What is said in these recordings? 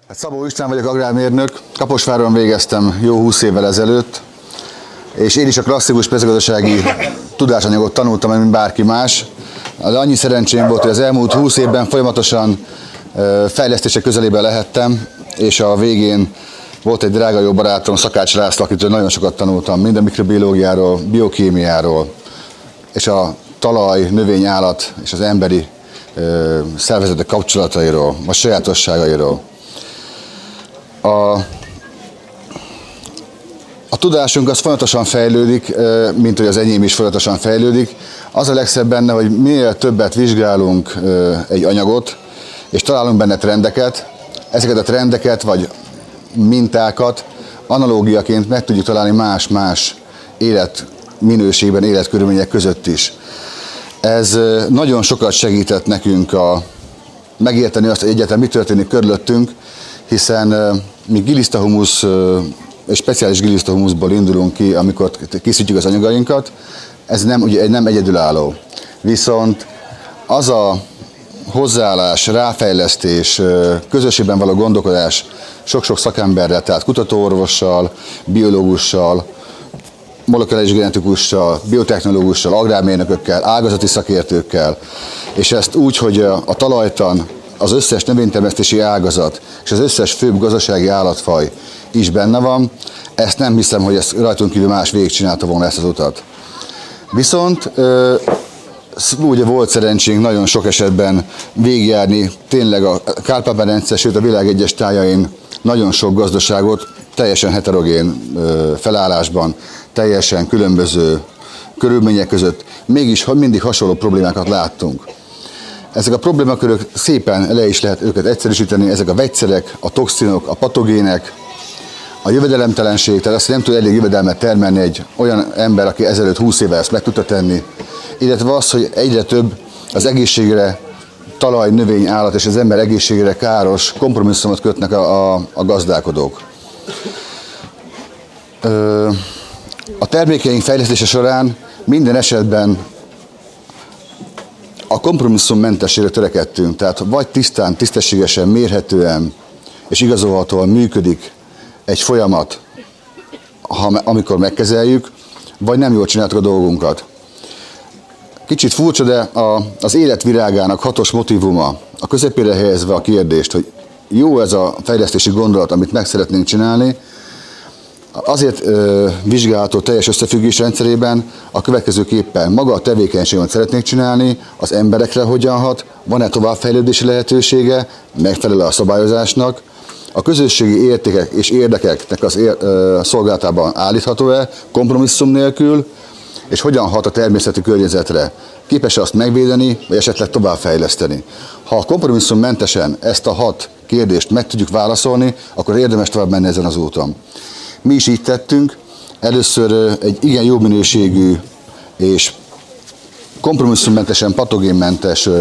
Szabó István vagyok, agrármérnök. Kaposváron végeztem jó 20 évvel ezelőtt, és én is a klasszikus mezőgazdasági tudásanyagot tanultam, mint bárki más. De annyi szerencsém volt, hogy az elmúlt 20 évben folyamatosan fejlesztések közelében lehettem, és a végén volt egy drága jó barátom, Szakács László, akitől nagyon sokat tanultam, mind a mikrobiológiáról, biokémiáról, és a talaj, növény, állat és az emberi szervezetek kapcsolatairól, a sajátosságairól. A tudásunk az folyamatosan fejlődik, mint hogy az enyém is folyamatosan fejlődik. Az a legszebb benne, hogy minél többet vizsgálunk egy anyagot, és találunk benne trendeket, ezeket a trendeket vagy mintákat analógiaként meg tudjuk találni más-más életminőségben, életkörülmények között is. Ez nagyon sokat segített nekünk megérteni azt, hogy egyáltalán mi történik körülöttünk, hiszen mi gilisztahumusz és speciális gilisztahumuszból indulunk ki, amikor készítjük az anyagainkat. Ez nem egyedülálló. Viszont az a hozzáállás, ráfejlesztés, közösségben való gondolkodás sok-sok szakemberrel, tehát kutatóorvossal, biológussal, molekuláris genetikussal, biotechnológussal, agrármérnökökkel, ágazati szakértőkkel, és ezt úgy, hogy a talajtan az összes növénytermesztési ágazat és az összes főbb gazdasági állatfaj is benne van, ezt nem hiszem, hogy ezt rajtunk kívül más végigcsinálta volna ezt az utat. Viszont ugye volt szerencsénk nagyon sok esetben végigjárni tényleg a Kárpát-medence, sőt a világ egyes tájain nagyon sok gazdaságot, teljesen heterogén felállásban, teljesen különböző körülmények között, mégis mindig hasonló problémákat láttunk. Ezek a problémakörök szépen le is lehet őket egyszerűsíteni, ezek a vegyszerek, a toxinok, a patogének, a jövedelemtelenség, tehát azt, hogy nem tud elég jövedelmet termelni egy olyan ember, aki ezelőtt 20 éve ezt meg tudta tenni, illetve az, hogy egyre több az egészségre, talaj, növény, állat és az ember egészségére káros kompromisszumot kötnek a gazdálkodók. A termékeink fejlesztése során minden esetben a kompromisszummentességre törekedtünk, tehát vagy tisztán, tisztességesen, mérhetően és igazolhatóan működik egy folyamat, amikor megkezeljük, vagy nem jól csináltuk a dolgunkat. Kicsit furcsa, de az élet virágának hatos motívuma, a közepére helyezve a kérdést, hogy jó ez a fejlesztési gondolat, amit meg szeretnénk csinálni, azért vizsgálható teljes összefüggés rendszerében a következőképpen: maga a tevékenység, amit szeretnék csinálni, az emberekre hogyan hat, van-e továbbfejlődési lehetősége, megfelel a szabályozásnak, a közösségi értékek és érdekeknek az szolgálatában állítható-e kompromisszum nélkül, és hogyan hat a természeti környezetre, képes-e azt megvédeni, vagy esetleg továbbfejleszteni. Ha kompromisszummentesen ezt a 6 kérdést meg tudjuk válaszolni, akkor érdemes tovább menni ezen az úton. Mi is így tettünk. Először egy igen jó minőségű és kompromisszummentesen, patogénmentes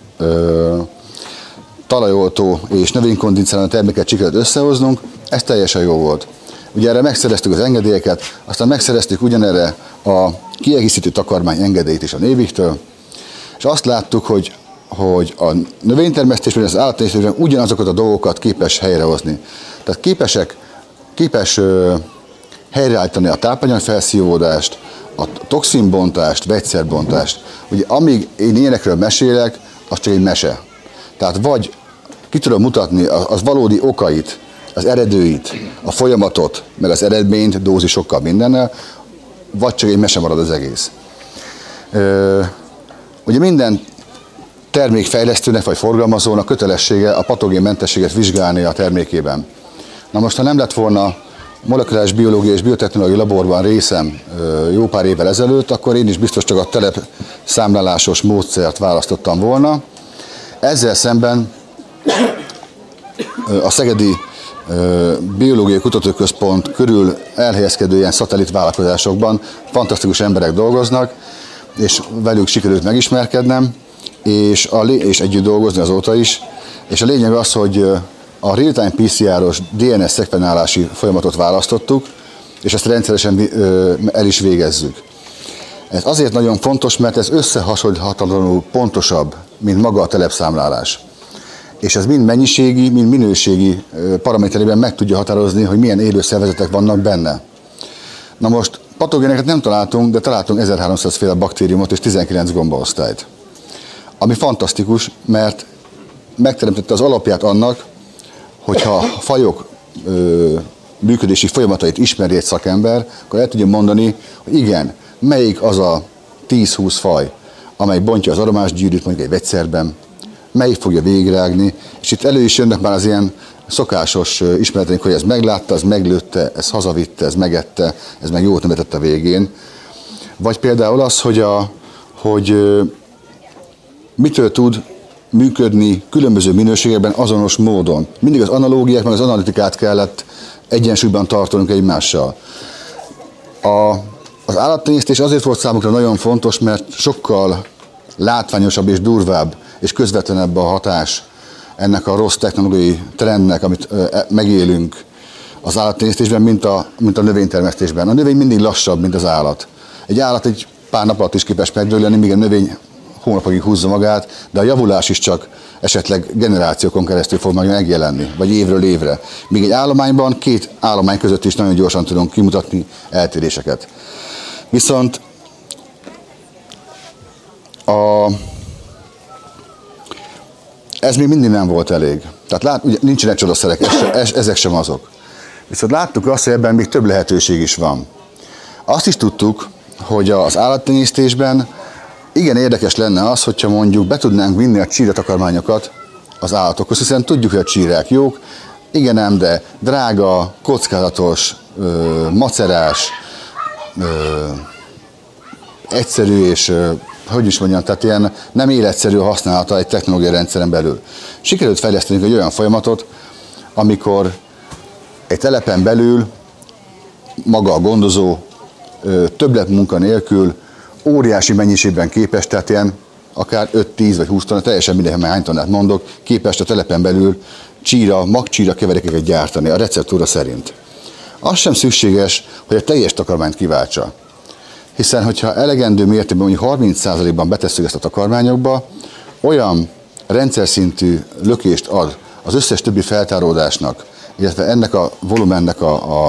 talajoltó és növénykondicionáló terméket sikerült összehoznunk, ez teljesen jó volt. Ugye erre megszereztük az engedélyeket, aztán megszereztük ugyanerre a kiegészítő takarmány engedélyt is a Néviktől, és azt láttuk, hogy a növénytermesztésben, az állattenyésztésben ugyanazokat a dolgokat képes helyrehozni. Tehát képes helyreállítani a tápanyagfelszívódást, a toxinbontást, vegyszerbontást. Ugye amíg én ilyenekről mesélek, az csak egy mese. Tehát vagy ki tudom mutatni az valódi okait, az eredőit, a folyamatot, meg az eredményt, dózisokkal, mindennel, vagy csak egy mese marad az egész. Ugye minden termékfejlesztőnek vagy forgalmazónak kötelessége a patogénmentességet vizsgálni a termékében. Na most, ha nem lett volna molekuláris biológiai és biotechnológiai laborban részem jó pár évvel ezelőtt, akkor én is biztos csak a telepszámlálásos módszert választottam volna. Ezzel szemben a Szegedi Biológiai Kutatóközpont körül elhelyezkedő ilyen szatellitvállalkozásokban fantasztikus emberek dolgoznak, és velük sikerült megismerkednem, és együtt dolgozni azóta is. És a lényeg az, hogy a real-time PCR-os DNS szekvenálási folyamatot választottuk, és ezt rendszeresen el is végezzük. Ez azért nagyon fontos, mert ez összehasonlíthatatlanul pontosabb, mint maga a telepszámlálás. és ez mind mennyiségi, mind minőségi paraméterében meg tudja határozni, hogy milyen élő szervezetek vannak benne. Na most patogéneket nem találtunk, de találtunk 1300 féle baktériumot és 19 gombaosztályt. Ami fantasztikus, mert megteremtette az alapját annak, hogyha a fajok működési folyamatait ismeri egy szakember, akkor el tudja mondani, hogy igen, melyik az a 10-20 faj, amely bontja az aromásgyűrűt mondjuk egy vegyszerben, melyik fogja végigrágni, és itt elő is jönnek már az ilyen szokásos ismereteink, hogy ez meglátta, ez meglőtte, ez hazavitte, ez megette, ez meg jót nevetett a végén. Vagy például az, hogy mitől tud működni különböző minőségekben azonos módon. Mindig az analógiák, meg az analitikát kellett egyensúlyban tartanunk egymással. Az állattenyésztés azért volt számukra nagyon fontos, mert sokkal látványosabb és durvább és közvetlenebb a hatás ennek a rossz technológiai trendnek, amit megélünk az állattenyésztésben, mint a növénytermesztésben. A növény mindig lassabb, mint az állat. Egy állat egy pár nap alatt is képes megdőlni, míg a növény hónapokig húzza magát, de a javulás is csak esetleg generációkon keresztül fog megjelenni, vagy évről évre. Míg egy állományban, két állomány között is nagyon gyorsan tudunk kimutatni eltéréseket. Viszont ez még mindig nem volt elég. Tehát ugye nincsenek csodaszerek, ezek sem azok. Viszont láttuk azt, hogy ebben még több lehetőség is van. Azt is tudtuk, hogy az állattenyésztésben igen érdekes lenne az, hogyha mondjuk be tudnánk vinni a csíratakarmányokat az állatokhoz, hiszen tudjuk, hogy a csírák jók, igen ám, de drága, kockázatos, macerás, egyszerű és hogy is mondjam, tehát ilyen nem életszerű a használata egy technológiai rendszeren belül. Sikerült fejleszteni egy olyan folyamatot, amikor egy telepen belül maga a gondozó többletmunka nélkül óriási mennyiségben képes, tehát ilyen akár 5-10 vagy 20 tonna, teljesen mindegy, hány tonnát mondok, képes a telepen belül magcsíra keverékeket gyártani a receptúra szerint. Az sem szükséges, hogy a teljes takarmányt kiváltsa. Hiszen, hogyha elegendő mértékben, mondjuk 30%-ban betesszük ezt a takarmányokba, olyan rendszer szintű lökést ad az összes többi feltáródásnak, illetve ennek a volumennek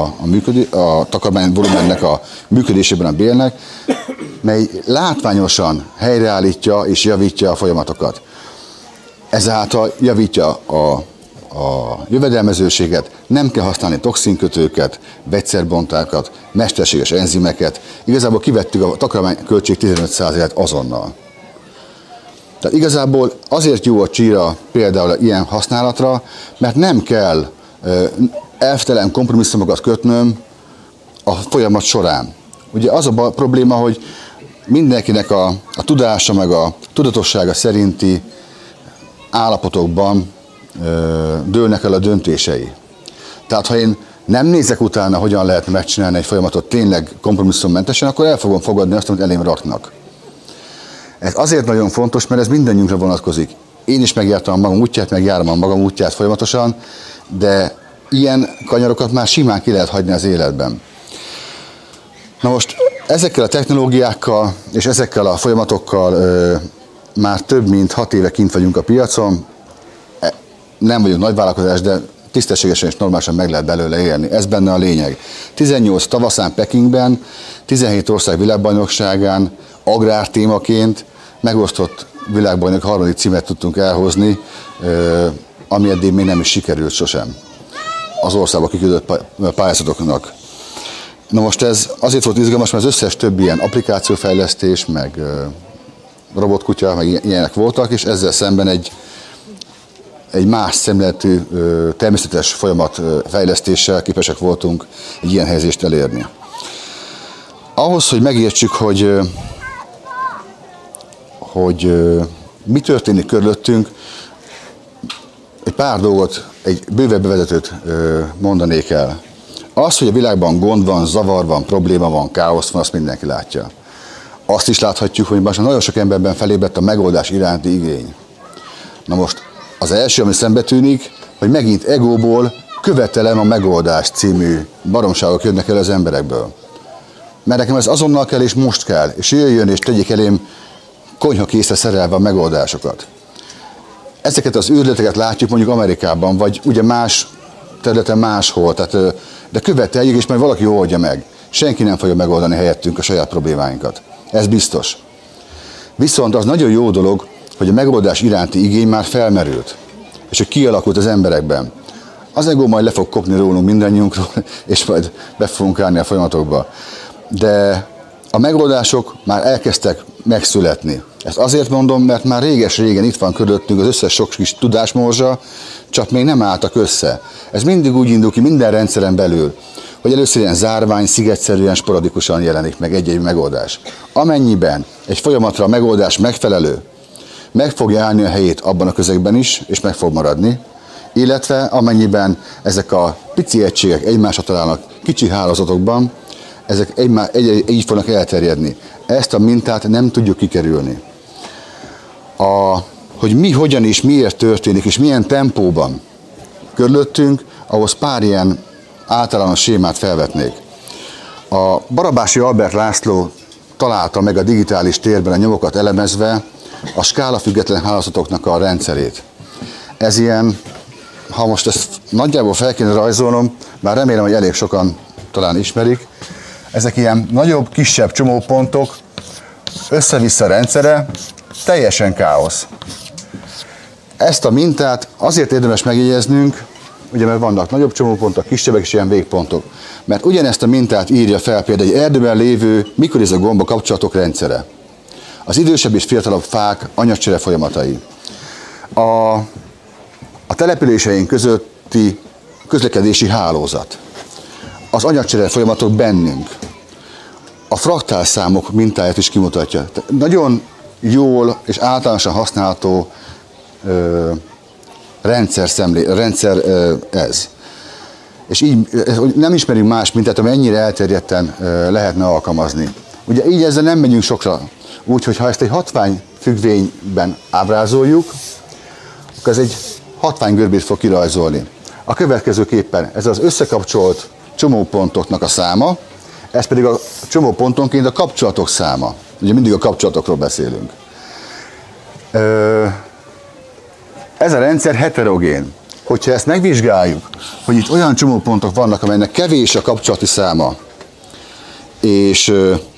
a takarmány volumennek a működésében a bélnek, mely látványosan helyreállítja és javítja a folyamatokat. Ezáltal javítja a jövedelmezőséget, nem kell használni toxinkötőket, vegyszerbontákat, mesterséges enzimeket. Igazából kivettük a takarmányköltség 15%-át azonnal. Tehát igazából azért jó a csíra például ilyen használatra, mert nem kell elvtelen kompromisszumokat kötnöm a folyamat során. Ugye az a probléma, hogy mindenkinek a tudása meg a tudatossága szerinti állapotokban dőlnek el a döntései. Tehát ha én nem nézek utána, hogyan lehetne megcsinálni egy folyamatot tényleg kompromisszummentesen, akkor el fogom fogadni azt, amit elém raknak. Ez azért nagyon fontos, mert ez mindannyiunkra vonatkozik. Én is megjártam a magam útját, megjárom a magam útját folyamatosan, de ilyen kanyarokat már simán ki lehet hagyni az életben. Na most ezekkel a technológiákkal és ezekkel a folyamatokkal már több mint 6 éve kint vagyunk a piacon. Nem vagyunk nagy vállalkozás, de tisztességesen és normálisan meg lehet belőle élni. Ez benne a lényeg. 18 tavaszán Pekingben, 17 ország világbajnokságán, agrártémaként megosztott világbajnok 3. címet tudtunk elhozni, ami eddig még nem is sikerült sosem az országba kiküldött pályázatoknak. Na most ez azért volt izgalmas, mert az összes több ilyen applikációfejlesztés, meg robotkutya, meg ilyenek voltak, és ezzel szemben egy más szemléletű, természetes folyamat fejlesztéssel képesek voltunk egy ilyen helyzést elérni. Ahhoz, hogy megértsük, hogy mi történik körülöttünk, egy pár dolgot, egy bővebb bevezetőt mondanék el. Az, hogy a világban gond van, zavar van, probléma van, káosz van, azt mindenki látja. Azt is láthatjuk, hogy most nagyon sok emberben felébredt a megoldás iránti igény. Na most az első, ami szembetűnik, hogy megint egóból követelem a megoldást című baromságok jönnek el az emberekből. Mert nekem ez azonnal kell és most kell, és jöjjön és tegyék elém konyhakészre szerelve a megoldásokat. ezeket az őrületeket látjuk mondjuk Amerikában, vagy ugye más területen máshol, tehát, de követeljük, és majd valaki oldja meg. Senki nem fogja megoldani helyettünk a saját problémáinkat. Ez biztos. Viszont az nagyon jó dolog, hogy a megoldás iránti igény már felmerült, és hogy kialakult az emberekben. Az ego majd le fog kopni rólunk mindannyiunkról, és majd be fogunk állni a folyamatokba. De a megoldások már elkezdtek megszületni. Ezt azért mondom, mert már réges-régen itt van körülöttünk az összes sok kis tudásmorzsa, csak még nem álltak össze. Ez mindig úgy indul ki minden rendszeren belül, hogy először ilyen zárvány, szigetszerűen, sporadikusan jelenik meg egy-egy megoldás. Amennyiben egy folyamatra a megoldás megfelelő, meg fogja állni a helyét abban a közegben is, és meg fog maradni, illetve amennyiben ezek a pici egységek egymásra találnak kicsi hálózatokban, ezek így fognak elterjedni. Ezt a mintát nem tudjuk kikerülni. Hogy mi, hogyan és miért történik, és milyen tempóban körülöttünk, ahhoz pár ilyen általános sémát felvetnék. A Barabási Albert László találta meg a digitális térben a nyomokat elemezve a skálafüggetlen hálózatoknak a rendszerét. Ez ilyen, ha most ezt nagyjából fel kéne rajzolnom, bár remélem, hogy elég sokan talán ismerik, ezek ilyen nagyobb, kisebb csomópontok, össze-vissza rendszere, teljesen káosz. Ezt a mintát azért érdemes megjegyeznünk, ugye mert vannak nagyobb csomópontok, kisebbek és ilyen végpontok. Mert ugyanezt a mintát írja fel például egy erdőben lévő mikorizogomba kapcsolatok rendszere. Az idősebb és fiatalabb fák anyagcsere folyamatai. A településeink közötti közlekedési hálózat. Az anyagcsere folyamatok bennünk. A fraktálszámok mintáját is kimutatja. Nagyon jól és általánosan használható rendszer ez. És így nem ismerünk más mintát, ami ennyire elterjedten lehetne alkalmazni. Ugye így ezzel nem megyünk sokra. Úgyhogy ha ezt egy hatványfüggvényben ábrázoljuk, akkor ez egy hatványgörbét fog kirajzolni. A következőképpen ez az összekapcsolt csomópontoknak a száma, ez pedig a csomópontonként a kapcsolatok száma. Ugye mindig a kapcsolatokról beszélünk. Ez a rendszer heterogén. Hogyha ezt megvizsgáljuk, hogy itt olyan csomópontok vannak, amelynek kevés a kapcsolati száma, és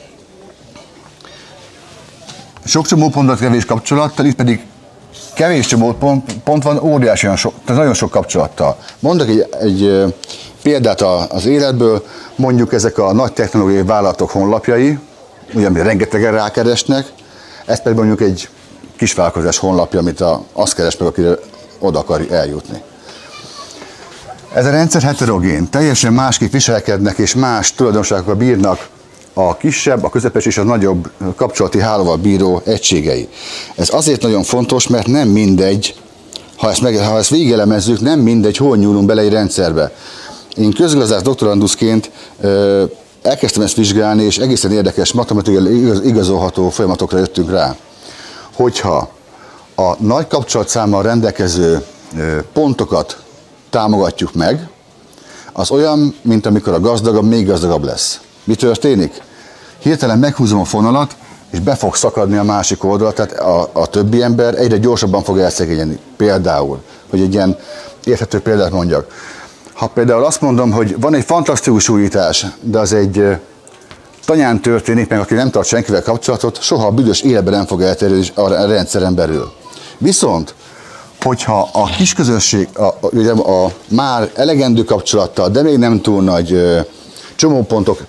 sok csomópontot kevés kapcsolattal, itt pedig kevés csomópont van, óriásian sok, tehát nagyon sok kapcsolattal. Mondok egy példát az életből, mondjuk ezek a nagy technológiai vállalatok honlapjai, ugye, amire rengetegen rákeresnek, ez pedig mondjuk egy kisvállalkozás honlapja, amit azt keres meg, akire oda akar eljutni. Ez a rendszer heterogén, teljesen másképp viselkednek és más tulajdonságokkal bírnak a kisebb, a közepes és a nagyobb kapcsolati hálóval bíró egységei. Ez azért nagyon fontos, mert nem mindegy, ha ezt végigelemezzük, nem mindegy, hol nyúlunk bele egy rendszerbe. Én közgazdász doktoranduszként elkezdtem ezt vizsgálni, és egészen érdekes matematikai igazolható folyamatokra jöttünk rá. Hogyha a nagy kapcsolatszámmal rendelkező pontokat támogatjuk meg, az olyan, mint amikor a gazdagabb még gazdagabb lesz. Mi történik? Hirtelen meghúzom a fonalat, és be fog szakadni a másik oldal, tehát a többi ember egyre gyorsabban fog elszegényedni. Például, hogy egy ilyen érthető példát mondjak. Ha például azt mondom, hogy van egy fantasztikus újítás, de az egy tanyán történik, meg aki nem tart senkivel kapcsolatot, soha a büdös életben nem fog elterjedni a rendszeren belül. Viszont, hogyha a kisközösség a már elegendő kapcsolattal, de még nem túl nagy csomópontok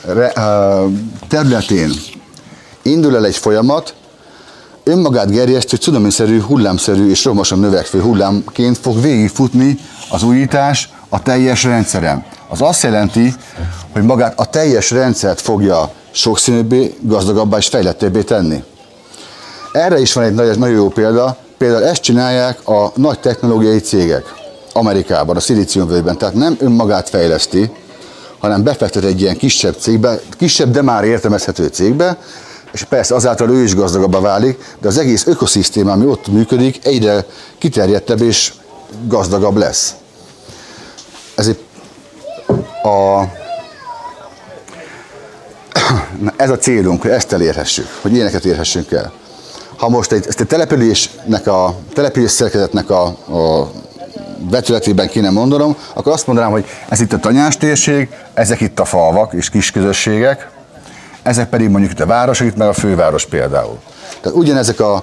területén indul el egy folyamat, önmagát gerjesztő, cunamiszerű, hullámszerű és rohamosan növekvő hullámként fog végigfutni az újítás a teljes rendszeren. Az azt jelenti, hogy magát a teljes rendszert fogja sokszínűbbé, gazdagabbá és fejlettebbé tenni. Erre is van egy nagyon jó példa, például ezt csinálják a nagy technológiai cégek Amerikában, a Szilíciumvölgyben, tehát nem önmagát fejleszti, hanem befektet egy ilyen kisebb cégbe, kisebb, de már értelmezhető cégbe, és persze azáltal ő is gazdagabbá válik, de az egész ökoszisztéma, ami ott működik, egyre kiterjedtebb és gazdagabb lesz. Ez a célunk, hogy ezt elérhessük, hogy ilyeneket érhessünk el. Ha most ezt a település szerkezetnek a vetületében kéne mondanom, akkor azt mondanám, hogy ez itt a tanyás térség, ezek itt a falvak és kisközösségek, ezek pedig mondjuk itt a városok, itt meg a főváros például. Tehát ugyanezek a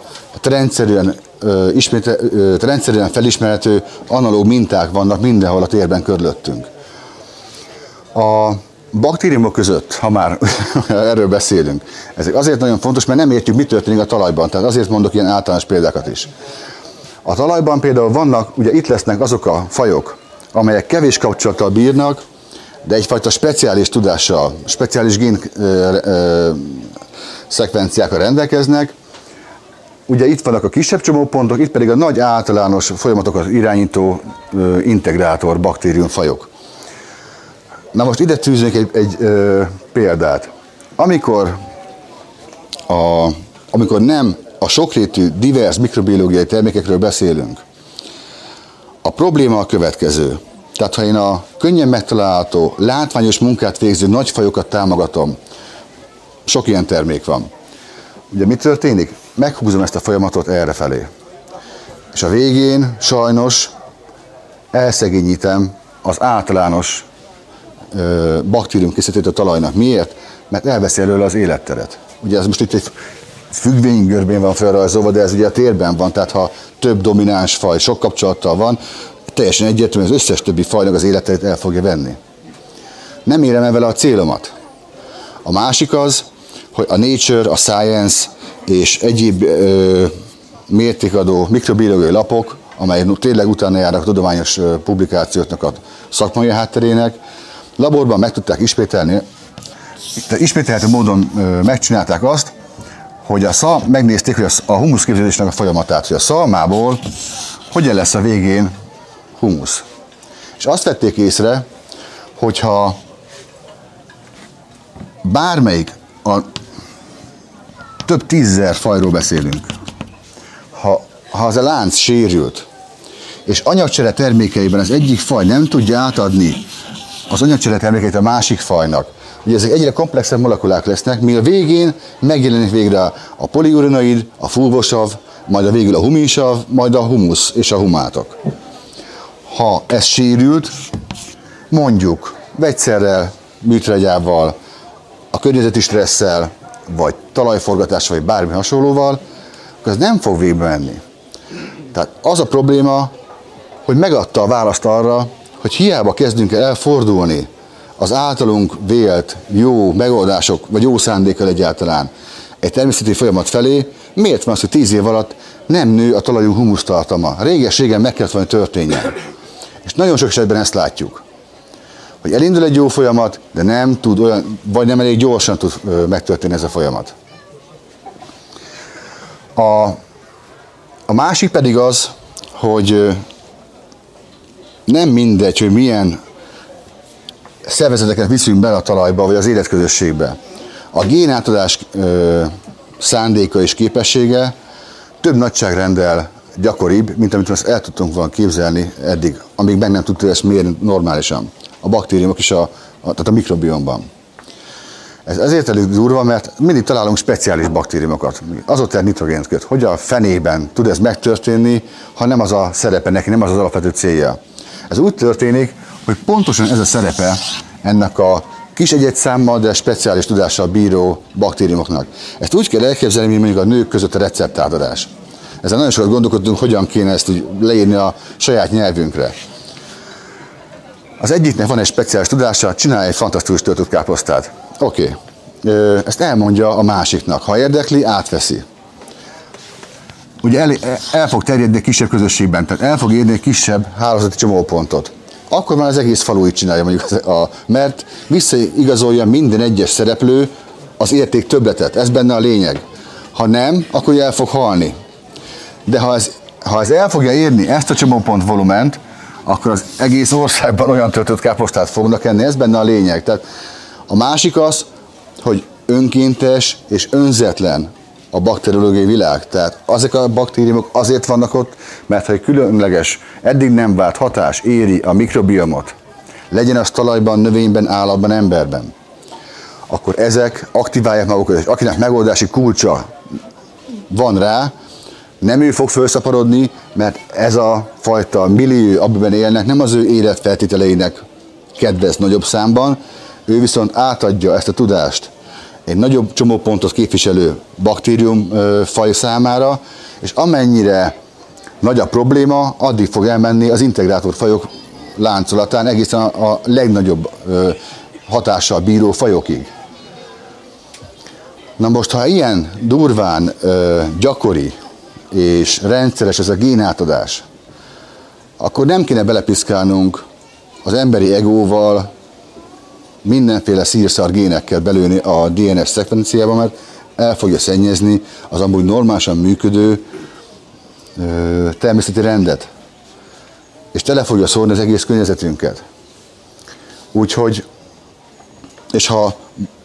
rendszerűen felismerhető analóg minták vannak mindenhol a térben körülöttünk. A baktériumok között, ha már erről beszélünk, ezek azért nagyon fontos, mert nem értjük, mi történik a talajban, tehát azért mondok ilyen általános példákat is. A talajban például vannak, ugye itt lesznek azok a fajok, amelyek kevés kapcsolattal bírnak, de egyfajta speciális tudással, speciális gén szekvenciákkal rendelkeznek. Ugye itt vannak a kisebb csomópontok, itt pedig a nagy általános folyamatokat irányító integrátor baktériumfajok. Na most ide tűznék egy példát. Amikor nem a sokrétű, divers mikrobiológiai termékekről beszélünk, a probléma a következő. Tehát ha én a könnyen megtalálható, látványos munkát végző nagy fajokat támogatom, sok ilyen termék van. Ugye mi történik? Meghúzom ezt a folyamatot errefelé. És a végén sajnos elszegényítem az általános baktériumkészítőt a talajnak. Miért? Mert elveszi előle az életteret. Ugye ez most itt egy függvénygörbén van felrajzolva, de ez ugye a térben van, tehát ha több domináns faj sok kapcsolattal van, teljesen egyértelmű, az összes többi fajnak az életterét el fogja venni. Nem érem el vele a célomat. A másik az, hogy a Nature, a Science és egyéb mértékadó mikrobiológiai lapok, amelyek tényleg utána járnak a tudományos publikációknak a szakmai hátterének, laborban meg tudták ismételni, ismételhető módon megcsinálták azt, hogy megnézték, hogy a humuszképződésnek a folyamatát, hogy a szalmából hogyan lesz a végén humusz. És azt vették észre, hogyha bármelyik, több tízezer fajról beszélünk, ha az a lánc sérült, és anyagcsere termékeiben az egyik faj nem tudja átadni az anyagcsere termékeit a másik fajnak, ugye ezek egyre komplexebb molekulák lesznek, míg a végén megjelenik végre a poliurinoid, a fulvosav, majd a végül a huminsav, majd a humusz és a humátok. Ha ez sérült, mondjuk vegyszerrel, műtrágyával, a környezeti stresszel, vagy talajforgatással, vagy bármi hasonlóval, akkor ez nem fog végbe menni. Tehát az a probléma, hogy megadta a választ arra, hogy hiába kezdünk el elfordulni az általunk vélt jó megoldások, vagy jó szándékkal egyáltalán egy természeti folyamat felé, miért van az, hogy 10 év alatt nem nő a talajunk humusztartalma? Réges-régen meg kellett volna történjen. És nagyon sok esetben ezt látjuk, hogy elindul egy jó folyamat, de nem tud olyan, vagy nem elég gyorsan tud megtörténni ez a folyamat. A másik pedig az, hogy nem mindegy, hogy milyen szervezeteket viszünk be a talajba, vagy az életközösségbe. A génátadás szándéka és képessége több nagyságrendel gyakoribb, mint amit azt el tudtunk volna képzelni eddig, amíg meg nem tudtuk ezt mérni normálisan. A baktériumok is, tehát a mikrobiomban. Ez azért elég durva, mert mindig találunk speciális baktériumokat. Azotán nitrogént köt. Hogy a fenében tud ez megtörténni, ha nem az a szerepe neki, nem az az alapvető célja. Ez úgy történik, hogy pontosan ez a szerepe ennek a kis egyedszámmal, de speciális tudással bíró baktériumoknak. Ezt úgy kell elképzelni, mint mondjuk a nők között a receptátadás. Ezen nagyon sokat gondolkodtunk, hogyan kéne ezt úgy leírni a saját nyelvünkre. Az egyiknek van egy speciális tudása, csinálj egy fantasztikus töltött káposztát. Oké. Ezt elmondja a másiknak. Ha érdekli, átveszi. Ugye el fog terjedni egy kisebb közösségben, tehát el fog érni egy kisebb hálózati csomópontot. Akkor már az egész falu így csinálja, mondjuk, mert visszaigazolja minden egyes szereplő az érték többletet. Ez benne a lényeg. Ha nem, akkor el fog halni. De ha ez el fogja érni ezt a csomópont volument, akkor az egész országban olyan töltött káposztát fognak enni, ez benne a lényeg. Tehát a másik az, hogy önkéntes és önzetlen a bakteriológiai világ. Tehát ezek a baktériumok azért vannak ott, mert ha egy különleges, eddig nem várt hatás éri a mikrobiomot, legyen az talajban, növényben, állatban, emberben, akkor ezek aktiválják magukat, és akinek megoldási kulcsa van rá, nem ő fog felszaporodni, mert ez a fajta millió, amiben élnek, nem az ő életfeltételeinek kedvez nagyobb számban, ő viszont átadja ezt a tudást egy nagyobb csomópontot képviselő baktériumfaj számára, és amennyire nagy a probléma, addig fog elmenni az integrátorfajok láncolatán egészen a legnagyobb hatással bíró fajokig. Na most, ha ilyen durván gyakori és rendszeres ez a génátadás, akkor nem kéne belepiszkálnunk az emberi egóval, mindenféle szírszar génekkel belőni a DNS szekvenciába, mert el fogja szennyezni az amúgy normálisan működő természeti rendet. És tele fogja szórni az egész környezetünket. Úgyhogy, és ha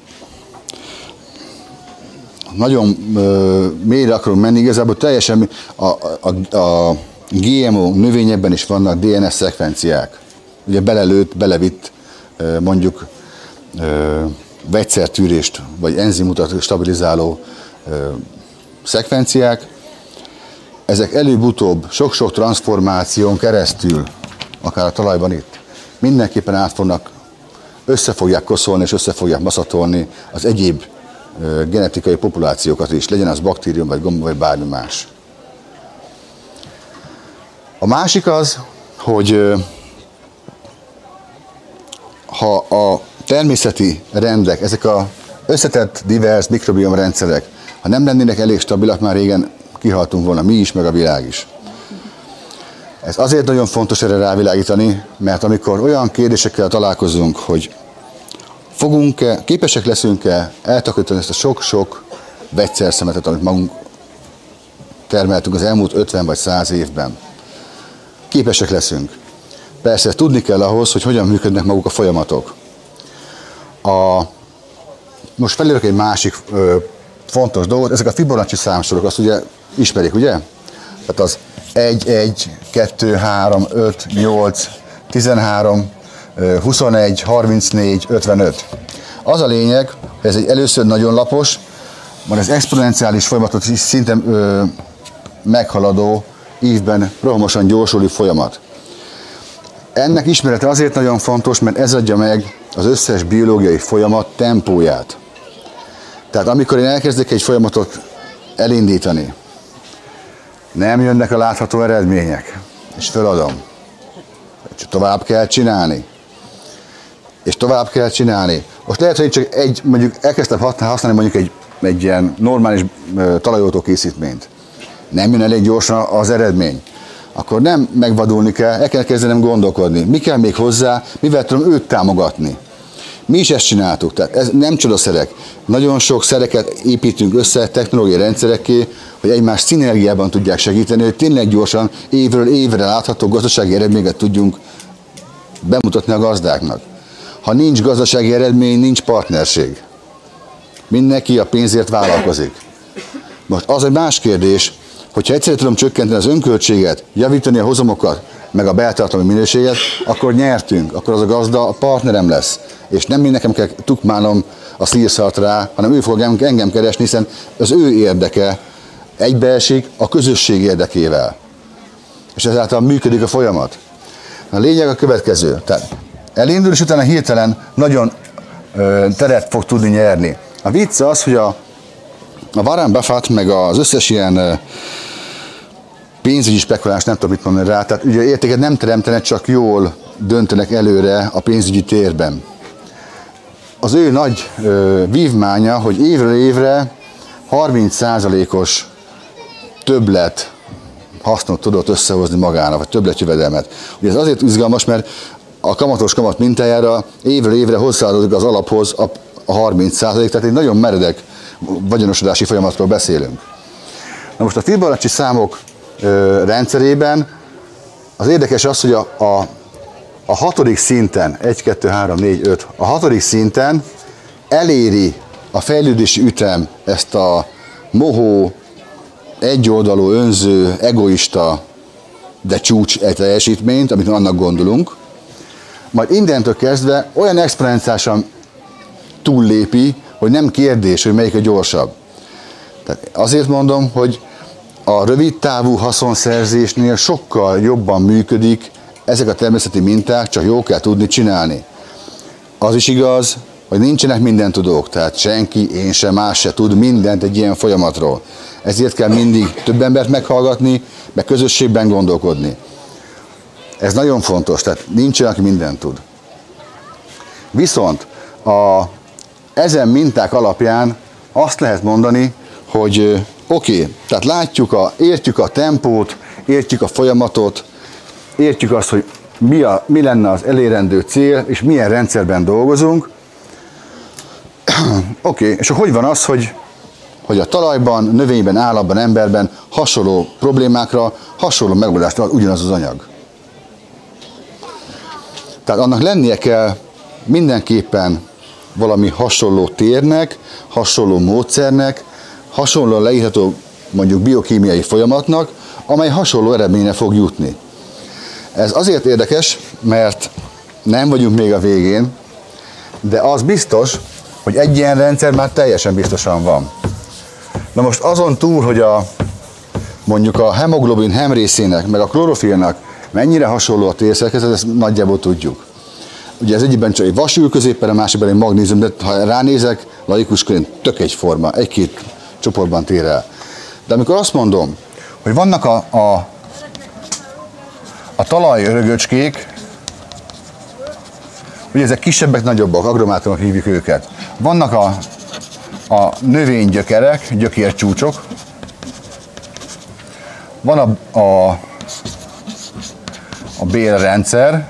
nagyon mélyre akarunk menni, igazából teljesen a GMO növényekben is vannak DNS szekvenciák. Ugye belevitt mondjuk vegyszertűrést vagy enzimutat stabilizáló szekvenciák. Ezek előbb-utóbb sok-sok transformáción keresztül, akár a talajban itt, mindenképpen össze fogják koszolni és össze fogják maszatolni az egyéb genetikai populációkat is, legyen az baktérium, vagy gomba, vagy bármi más. A másik az, hogy ha a természeti rendek, ezek az összetett, divers mikrobiom rendszerek, ha nem lennének elég stabilak, már régen kihaltunk volna mi is, meg a világ is. Ez azért nagyon fontos erre rávilágítani, mert amikor olyan kérdésekkel találkozunk, hogy képesek leszünk-e eltakarítani ezt a sok-sok vegyszerszemetet, amit magunk termeltünk az elmúlt 50 vagy 100 évben. Képesek leszünk. Persze tudni kell ahhoz, hogy hogyan működnek maguk a folyamatok. Most felírok egy másik fontos dolgot, ezek a Fibonacci számsorok, azt ugye ismerik, ugye? Tehát az 1, 1, 2, 3, 5, 8, 13, 21, 34, 55. Az a lényeg, hogy ez egy először nagyon lapos, majd az exponenciális folyamatot is szinte meghaladó, ívben rohamosan gyorsuló folyamat. Ennek ismerete azért nagyon fontos, mert ez adja meg az összes biológiai folyamat tempóját. Tehát amikor én elkezdek egy folyamatot elindítani, nem jönnek a látható eredmények, és feladom. Tovább kell csinálni. És tovább kell csinálni. Most lehet, hogy csak mondjuk elkezdtem használni mondjuk egy ilyen normális talajoltó készítményt. Nem jön elég gyorsan az eredmény. Akkor nem megvadulni kell, el kell kezdenem gondolkodni. Mi kell még hozzá, mivel tudom őt támogatni. Mi is ezt csináltuk, tehát ez nem csodaszerek. Nagyon sok szereket építünk össze technológiai rendszerekké, hogy egymás szinergiában tudják segíteni, hogy tényleg gyorsan évről évre látható gazdasági eredményeket tudjunk bemutatni a gazdáknak. Ha nincs gazdasági eredmény, nincs partnerség. Mindenki a pénzért vállalkozik. Most az egy más kérdés, hogyha egyszerűen tudom csökkenteni az önköltséget, javítani a hozamokat, meg a beltartalmi minőséget, akkor nyertünk, akkor az a gazda a partnerem lesz. És nem én nekem kell tukmálnom a szírszart rá, hanem ő fog engem keresni, hiszen az ő érdeke egybeesik a közösség érdekével. És ezáltal működik a folyamat. A lényeg a következő. Tehát elindul, és utána hirtelen nagyon teret fog tudni nyerni. A vicc az, hogy a Warren Buffett meg az összes ilyen pénzügyi spekulás, nem tudom mit mondani rá, tehát ugye értéket nem teremtenek, csak jól döntenek előre a pénzügyi térben. Az ő nagy vívmánya, hogy évről évre 30%-os többlet hasznot tudott összehozni magának, vagy többletjövedelmet. Ugye ez azért izgalmas, mert a kamatos kamat mintájára évről évre hozzáadódik az alaphoz a 30%, tehát egy nagyon meredek vagyonosodási folyamatról beszélünk. Na most a Fibonacci számok rendszerében az érdekes az, hogy a hatodik szinten, 1, 2, 3, 4, 5, a hatodik szinten eléri a fejlődési ütem ezt a mohó, egyoldalú, önző, egoista, de csúcs teljesítményt, amit annak gondolunk, majd innentől kezdve olyan exponenciálisan túllépi, hogy nem kérdés, hogy melyik a gyorsabb. Tehát azért mondom, hogy a rövid távú haszonszerzésnél sokkal jobban működik ezek a természeti minták, csak jól kell tudni csinálni. Az is igaz, hogy nincsenek mindentudók, tehát senki, én sem, más se tud mindent egy ilyen folyamatról. Ezért kell mindig több embert meghallgatni, meg közösségben gondolkodni. Ez nagyon fontos, tehát nincsen, aki mindent tud. Viszont ezen minták alapján azt lehet mondani, hogy oké, tehát értjük a tempót, értjük a folyamatot, értjük azt, hogy mi lenne az elérendő cél, és milyen rendszerben dolgozunk. Oké, és hogy van az, hogy a talajban, növényben, állatban, emberben hasonló problémákra, hasonló megoldást ad ugyanaz az anyag. Tehát annak lennie kell mindenképpen valami hasonló térnek, hasonló módszernek, hasonlóan leírható mondjuk biokémiai folyamatnak, amely hasonló eredményre fog jutni. Ez azért érdekes, mert nem vagyunk még a végén, de az biztos, hogy egy ilyen rendszer már teljesen biztosan van. Na most azon túl, hogy mondjuk a hemoglobin hemrészének, meg a klorofilnak mennyire hasonló a térszerkezet, ezt nagyjából tudjuk. Ugye ez egyikben csak egy vas ül középen, a másikban egy magnézium, de ha ránézek, laikusként tök egyforma, egy-két csoportban tér el. De amikor azt mondom, hogy vannak a talajörögöcskék, ugye ezek kisebbek, nagyobbak, agromátumok hívjuk őket. Vannak a növénygyökerek, gyökércsúcsok, van a bélrendszer.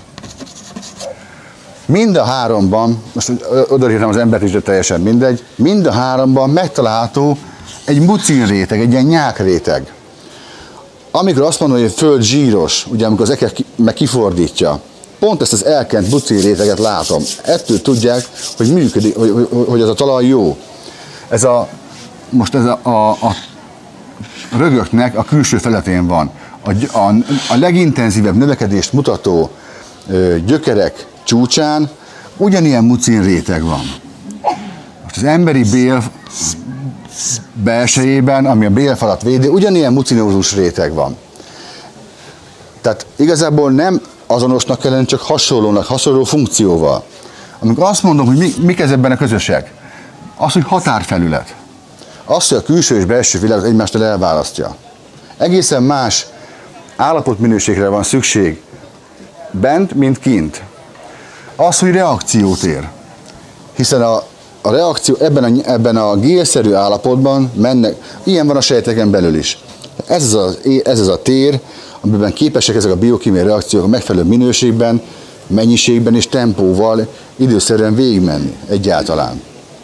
Mind a háromban, most odaírtam az embert is, de teljesen mindegy, mind a háromban megtalálható egy mucinréteg, egy ilyen nyákréteg. Amikor azt mondom, hogy a föld zsíros, ugye amikor az eker meg kifordítja, pont ezt az elkent mucinréteget látom. Ettől tudják, hogy működik, hogy ez a talaj jó. Most ez a rögöknek a külső feletén van. A legintenzívebb növekedést mutató gyökerek csúcsán ugyanilyen mucinréteg van. Most az emberi bél belsejében, ami a bélfalat védi, ugyanilyen mucinózus réteg van. Tehát igazából nem azonosnak kell lenni, csak hasonlónak, hasonló funkcióval. Amikor azt mondom, hogy mik ezekben a közösek, az, hogy határfelület. Az, hogy a külső és belső világot egymástól elválasztja. Egészen más állapotminőségre van szükség bent, mint kint. Az, hogy reakciótér. Hiszen a reakció ebben a gélszerű állapotban mennek, ilyen van a sejteken belül is. Ez az a tér, amiben képesek ezek a biokémiai reakciók a megfelelő minőségben, mennyiségben és tempóval időszerűen végigmenni egyáltalán.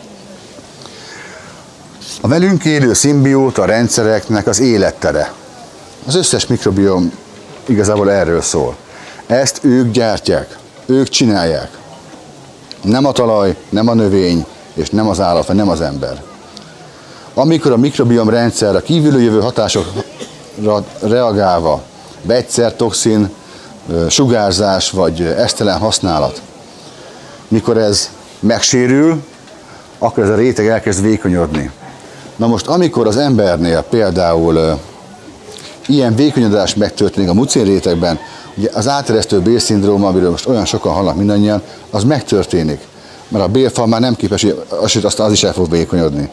A velünk élő szimbióta rendszereknek az élettere. Az összes mikrobiom igazából erről szól. Ezt ők gyártják, ők csinálják. Nem a talaj, nem a növény, és nem az állat, vagy nem az ember. Amikor a mikrobiom rendszer a kívülről jövő hatásokra reagálva, vegyszer, toxin, sugárzás vagy esztelen használat, mikor ez megsérül, akkor ez a réteg elkezd vékonyodni. Na most, amikor az embernél például ilyen vékonyodás megtörténik a mucinrétegben, ugye az áteresztő bélszindróma, amiről most olyan sokan hallnak mindannyian, az megtörténik. Mert a bélfal már nem képes, sőt aztán az is el fog vékonyodni.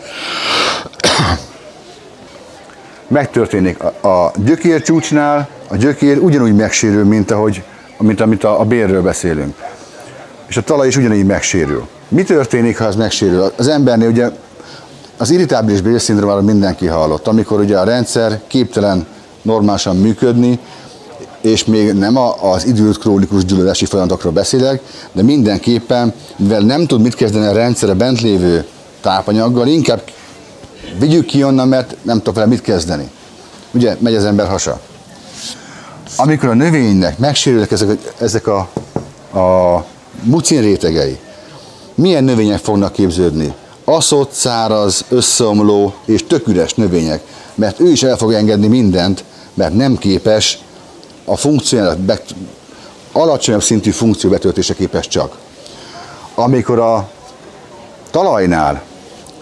Megtörténik a gyökércsúcsnál, a gyökér ugyanúgy megsérül, mint amit a bélről beszélünk. És a talaj is ugyanígy megsérül. Mi történik, ha ez megsérül? Az embernél ugye az irritábilis bélszindrómáról mindenki hallott, amikor ugye a rendszer képtelen normálisan működni, és még nem az időt krónikus gyulladási folyamatokról beszélek, de mindenképpen, mivel nem tud mit kezdeni a rendszer a bent lévő tápanyaggal, inkább vigyük ki onnan, mert nem tud vele mit kezdeni. Ugye megy az ember hasa. Amikor a növénynek megsérülnek ezek a mucinrétegei, milyen növények fognak képződni? Aszott, száraz, összeomló és tök üres növények, mert ő is el fog engedni mindent, mert nem képes a funkciójának alacsonyabb szintű funkció betöltése képes csak. Amikor a talajnál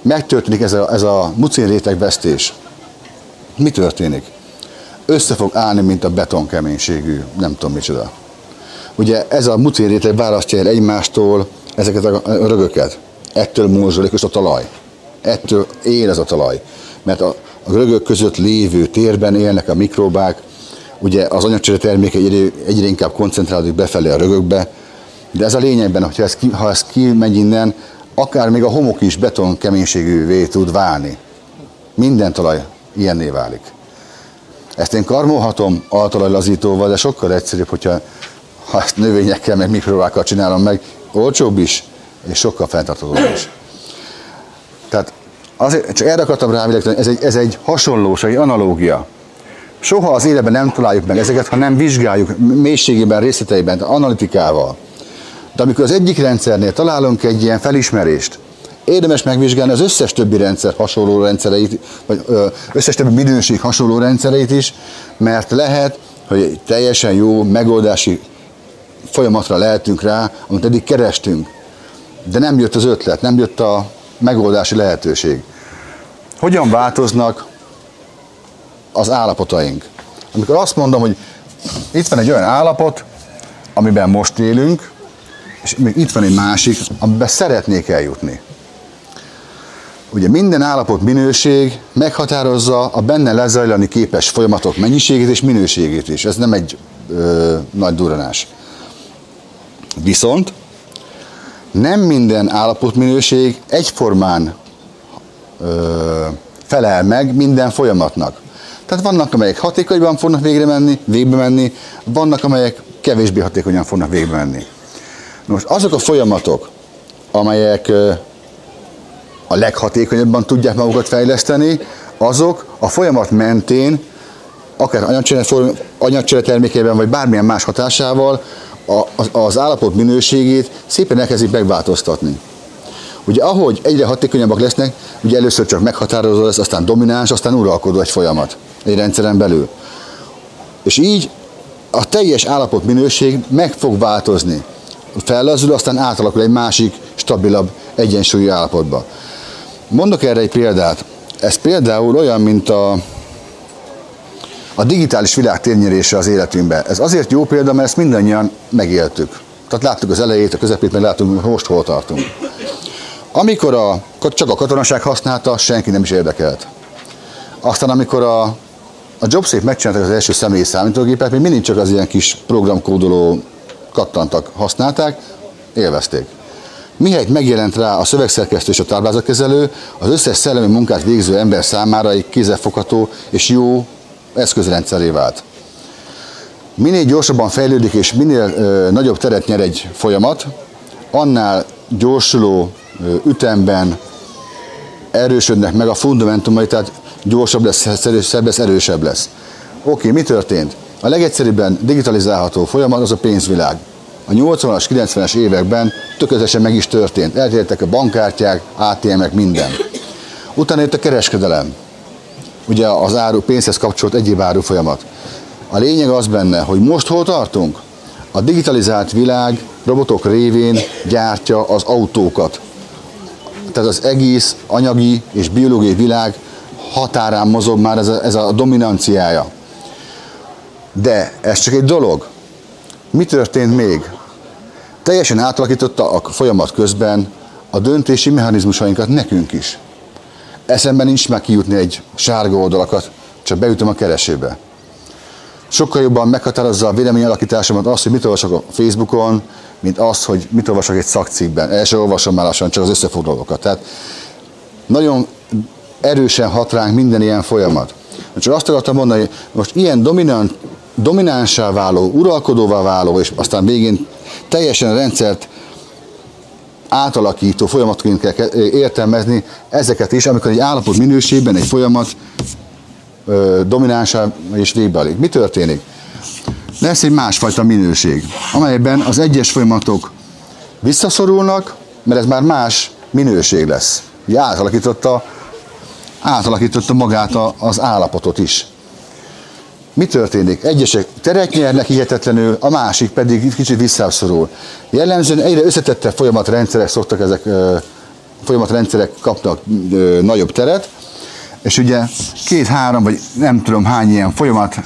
megtörténik ez a mucin rétegvesztés. Mi történik? Össze fog állni, mint a betonkeménységű, nem tudom micsoda. Ugye ez a mucin réteg választja el egymástól ezeket a rögöket. Ettől morzsolékos a talaj. Ettől él ez a talaj. Mert a rögök között lévő térben élnek a mikróbák, ugye az anyagcsere terméke egyre inkább koncentrálódik befelé a rögökbe, de ez a lényegben, hogyha ha ez kimegy innen, akár még a homok is beton keménységűvé tud válni. Minden talaj ilyenné válik. Ezt én karmolhatom altalajlazítóval, de sokkal egyszerűbb, hogyha ezt növényekkel, meg mikrobákkal csinálom meg, olcsóbb is, és sokkal fenntarthatóbb is. Tehát azért, csak erre akartam rávilágítani, ez egy hasonlóság, egy analógia. Soha az életben nem találjuk meg ezeket, ha nem vizsgáljuk mélységében, részleteiben, analitikával. De amikor az egyik rendszernél találunk egy ilyen felismerést, érdemes megvizsgálni az összes többi rendszer hasonló rendszereit, vagy összes többi minőség hasonló rendszereit is, mert lehet, hogy egy teljesen jó megoldási folyamatra lehetünk rá, amit eddig kerestünk. De nem jött az ötlet, nem jött a megoldási lehetőség. Hogyan változnak az állapotaink? Amikor azt mondom, hogy itt van egy olyan állapot, amiben most élünk, és még itt van egy másik, amiben szeretnék eljutni. Ugye minden állapot minőség meghatározza a benne lezajlani képes folyamatok mennyiségét és minőségét is. Ez nem egy nagy durranás. Viszont nem minden állapotminőség egyformán felel meg minden folyamatnak. Tehát vannak, amelyek hatékonyban fognak végbe menni, vannak, amelyek kevésbé hatékonyan fognak végbe menni. Most azok a folyamatok, amelyek a leghatékonyabban tudják magukat fejleszteni, azok a folyamat mentén, akár anyagcsere termékében, vagy bármilyen más hatásával az állapot minőségét szépen elkezdik megváltoztatni. Ugye ahogy egyre hatékonyabbak lesznek, ugye először csak meghatározó lesz, aztán domináns, aztán uralkodó egy folyamat egy rendszeren belül. És így a teljes állapot minőség meg fog változni. Fellazul, aztán átalakul egy másik, stabilabb, egyensúlyi állapotba. Mondok erre egy példát. Ez például olyan, mint a digitális világ térnyerése az életünkben. Ez azért jó példa, mert ezt mindannyian megéltük. Tehát láttuk az elejét, a közepét, meg láttuk, hogy most hol tartunk. Amikor csak a katonaság használta, senki nem is érdekelt. Aztán amikor a JobSafe megcsináltak az első személyi számítógépet, még mindig csak az ilyen kis programkódoló kattantak használták, élvezték. Mihelyt megjelent rá a szövegszerkesztő és a táblázatkezelő, az összes szellemi munkát végző ember számára egy kézzelfogható és jó eszközrendszeré vált. Minél gyorsabban fejlődik és minél nagyobb teret nyer egy folyamat, annál gyorsuló ütemben erősödnek meg a fundamentumai, tehát gyorsabb lesz, szebb lesz, erősebb lesz. Oké, mi történt? A legegyszerűbben digitalizálható folyamat az a pénzvilág. A 80-as, 90-es években tökéletesen meg is történt. Eltértek a bankkártyák, ATM-ek, minden. Utána jött a kereskedelem. Ugye az pénzhez kapcsolt egyéb árufolyamat. A lényeg az benne, hogy most hol tartunk? A digitalizált világ robotok révén gyártja az autókat. Tehát az egész anyagi és biológiai világ határán mozog már ez a dominanciája. De ez csak egy dolog. Mi történt még? Teljesen átalakította a folyamat közben a döntési mechanizmusainkat nekünk is. Eszemben nincs már kijutni egy sárga oldalakat, csak beütöm a keresőbe. Sokkal jobban meghatározza a véleményalakításomat azt, hogy mit olvasok a Facebookon, mint az, hogy mit olvasok egy szakcikkben. El sem olvasom már lassan, csak az összefoglalókat. Tehát nagyon erősen hat ránk minden ilyen folyamat. Csak azt akartam mondani, hogy most ilyen dominánsá váló, uralkodóvá váló, és aztán végén teljesen a rendszert átalakító folyamatként kell értelmezni ezeket is, amikor egy állapot minőségben egy folyamat dominánsá és végbeállít. Mi történik? Lesz egy másfajta minőség, amelyben az egyes folyamatok visszaszorulnak, mert ez már más minőség lesz. Ugye átalakította magát az állapotot is. Mi történik? Egyesek teret nyernek hihetetlenül, a másik pedig kicsit visszaszorul. Jellemzően egyre összetettebb folyamatrendszerek szoktak ezek folyamatrendszerek kapnak nagyobb teret, és ugye 2-3 vagy nem tudom hány ilyen folyamat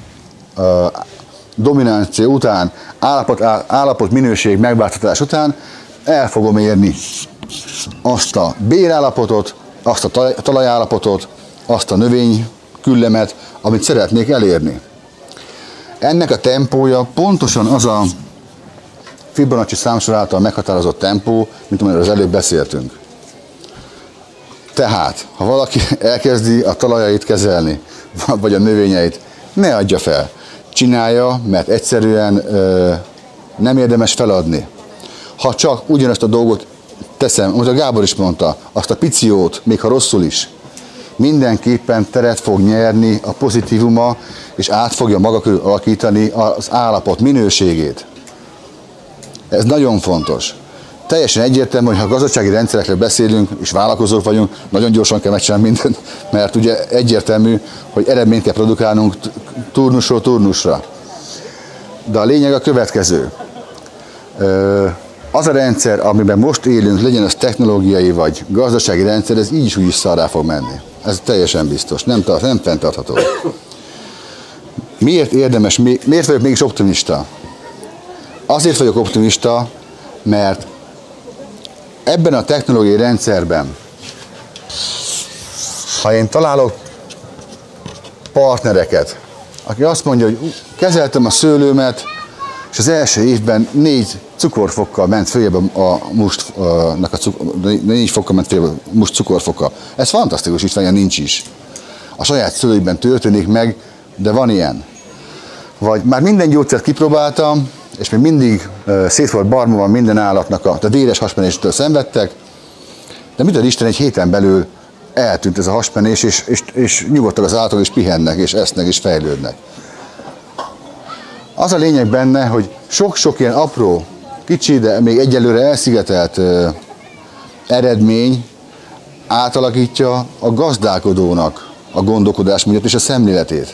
dominancia után, állapot minőség megváltoztatás után el fogom érni azt a bérállapotot, azt a talajállapotot, azt a növényküllemet, amit szeretnék elérni. Ennek a tempója pontosan az a Fibonacci számsor által meghatározott tempó, mint amiről az előbb beszéltünk. Tehát, ha valaki elkezdi a talajait kezelni, vagy a növényeit, ne adja fel. Csinálja, mert egyszerűen nem érdemes feladni. Ha csak ugyanazt a dolgot teszem, amit a Gábor is mondta, azt a piciót, még ha rosszul is, mindenképpen teret fog nyerni a pozitívuma, és át fogja maga körül alakítani az állapot minőségét. Ez nagyon fontos. Teljesen egyértelmű, hogy ha gazdasági rendszerekről beszélünk, és vállalkozók vagyunk, nagyon gyorsan kell megcsinálni mindent, mert ugye egyértelmű, hogy eredményt kell produkálnunk turnusról turnusra. De a lényeg a következő. Az a rendszer, amiben most élünk, legyen az technológiai vagy gazdasági rendszer, ez így is úgy is szarrá fog menni. Ez teljesen biztos, nem fenntartható. Miért vagyok mégis optimista? Azért vagyok optimista, mert ebben a technológiai rendszerben, ha én találok partnereket, aki azt mondja, hogy kezeltem a szőlőmet, és az első évben 4 cukorfokkal ment följebb a mustnak 4 fokkal ment följebb a must cukorfoka. Ez fantasztikus, itt van, nincs is. A saját szőlőben történik meg, de van ilyen. Vagy már minden gyógyszert kipróbáltam, és még mindig szét volt barmolva minden állatnak, a véres hasmenéstől szenvedtek, de mit ad Isten, egy héten belül eltűnt ez a hasmenés, és nyugodtak az állatok, és pihennek, és esznek, és fejlődnek. Az a lényeg benne, hogy sok-sok ilyen apró, kicsi, de még egyelőre elszigetelt eredmény átalakítja a gazdálkodónak a gondolkodásmódját és a szemléletét.